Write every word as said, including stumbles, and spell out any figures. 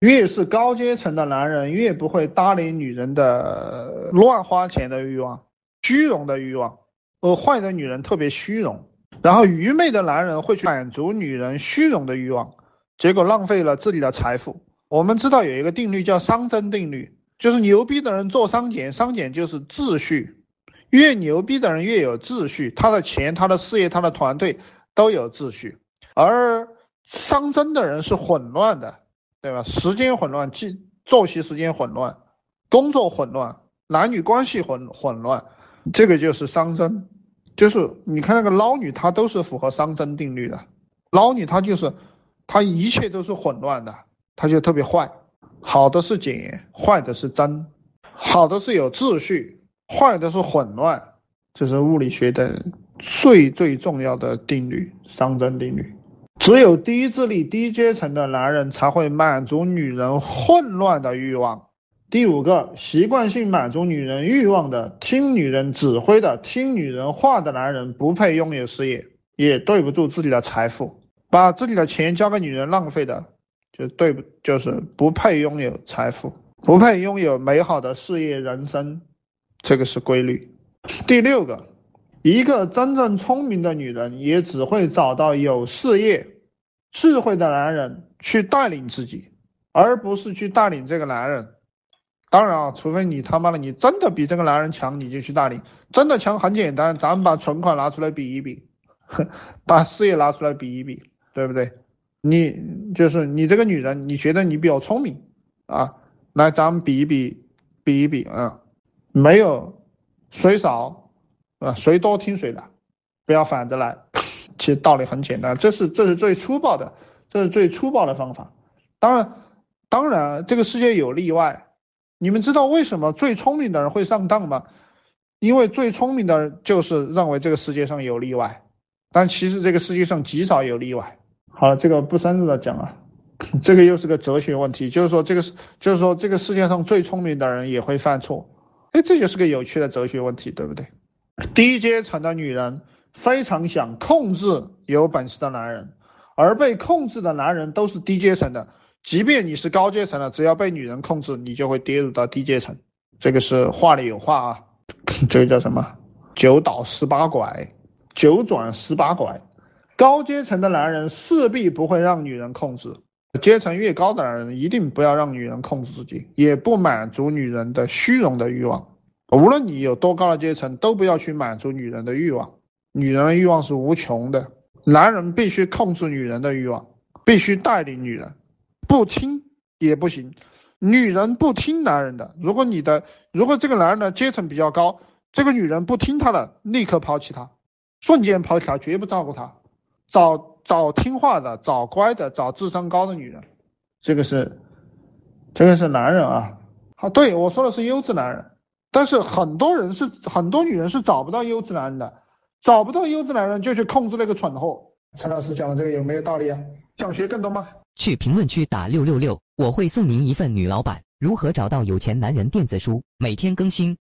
越是高阶层的男人，越不会搭理女人的乱花钱的欲望、虚荣的欲望。而坏的女人特别虚荣，然后愚昧的男人会去满足女人虚荣的欲望，结果浪费了自己的财富。我们知道有一个定律叫熵增定律，就是牛逼的人做熵减，熵减就是秩序，越牛逼的人越有秩序，他的钱、他的事业、他的团队都有秩序，而熵增的人是混乱的，对吧？时间混乱，作息时间混乱，工作混乱，男女关系混混乱，这个就是熵增。就是你看那个捞女，她都是符合熵增定律的。捞女她就是她一切都是混乱的，她就特别坏。好的是减，坏的是增；好的是有秩序，坏的是混乱。这是物理学的最最重要的定律，熵增定律。只有低智力、低阶层的男人才会满足女人混乱的欲望。第五个，习惯性满足女人欲望的、听女人指挥的、听女人话的男人不配拥有事业，也对不住自己的财富。把自己的钱交给女人浪费的，就对不就是不配拥有财富，不配拥有美好的事业人生，这个是规律。第六个，一个真正聪明的女人也只会找到有事业、智慧的男人去带领自己，而不是去带领这个男人。当然啊，除非你他妈的你真的比这个男人强，你就去带领。真的强很简单，咱们把存款拿出来比一比，把事业拿出来比一比，对不对？你就是你这个女人，你觉得你比较聪明啊？来，咱们比一比，比一比啊，没有谁少啊，谁多听谁的，不要反着来。其实道理很简单，这是这是最粗暴的，这是最粗暴的方法。当然，当然这个世界有例外。你们知道为什么最聪明的人会上当吗？因为最聪明的人就是认为这个世界上有例外，但其实这个世界上极少有例外。好了，这个不深入的讲啊，这个又是个哲学问题，就是说这个就是说这个世界上最聪明的人也会犯错，哎，这就是个有趣的哲学问题，对不对？低阶层的女人非常想控制有本事的男人，而被控制的男人都是低阶层的。即便你是高阶层的，只要被女人控制，你就会跌入到低阶层。这个是话里有话啊，这个叫什么？九倒十八拐，九转十八拐。高阶层的男人势必不会让女人控制，阶层越高的男人一定不要让女人控制自己，也不满足女人的虚荣的欲望。无论你有多高的阶层，都不要去满足女人的欲望。女人的欲望是无穷的，男人必须控制女人的欲望，必须带领女人。不听也不行，女人不听男人的。如果你的，如果这个男人的阶层比较高，这个女人不听他的，立刻抛弃他，瞬间抛弃他，绝不照顾他，找找听话的，找乖的，找智商高的女人。这个是，这个是男人啊。好，对，我说的是优质男人，但是很多人是很多女人是找不到优质男人的，找不到优质男人就去控制那个蠢货。陈老师讲的这个有没有道理啊？想学更多吗？ 去评论区打六六六，我会送您一份女老板如何找到有钱男人电子书，每天更新。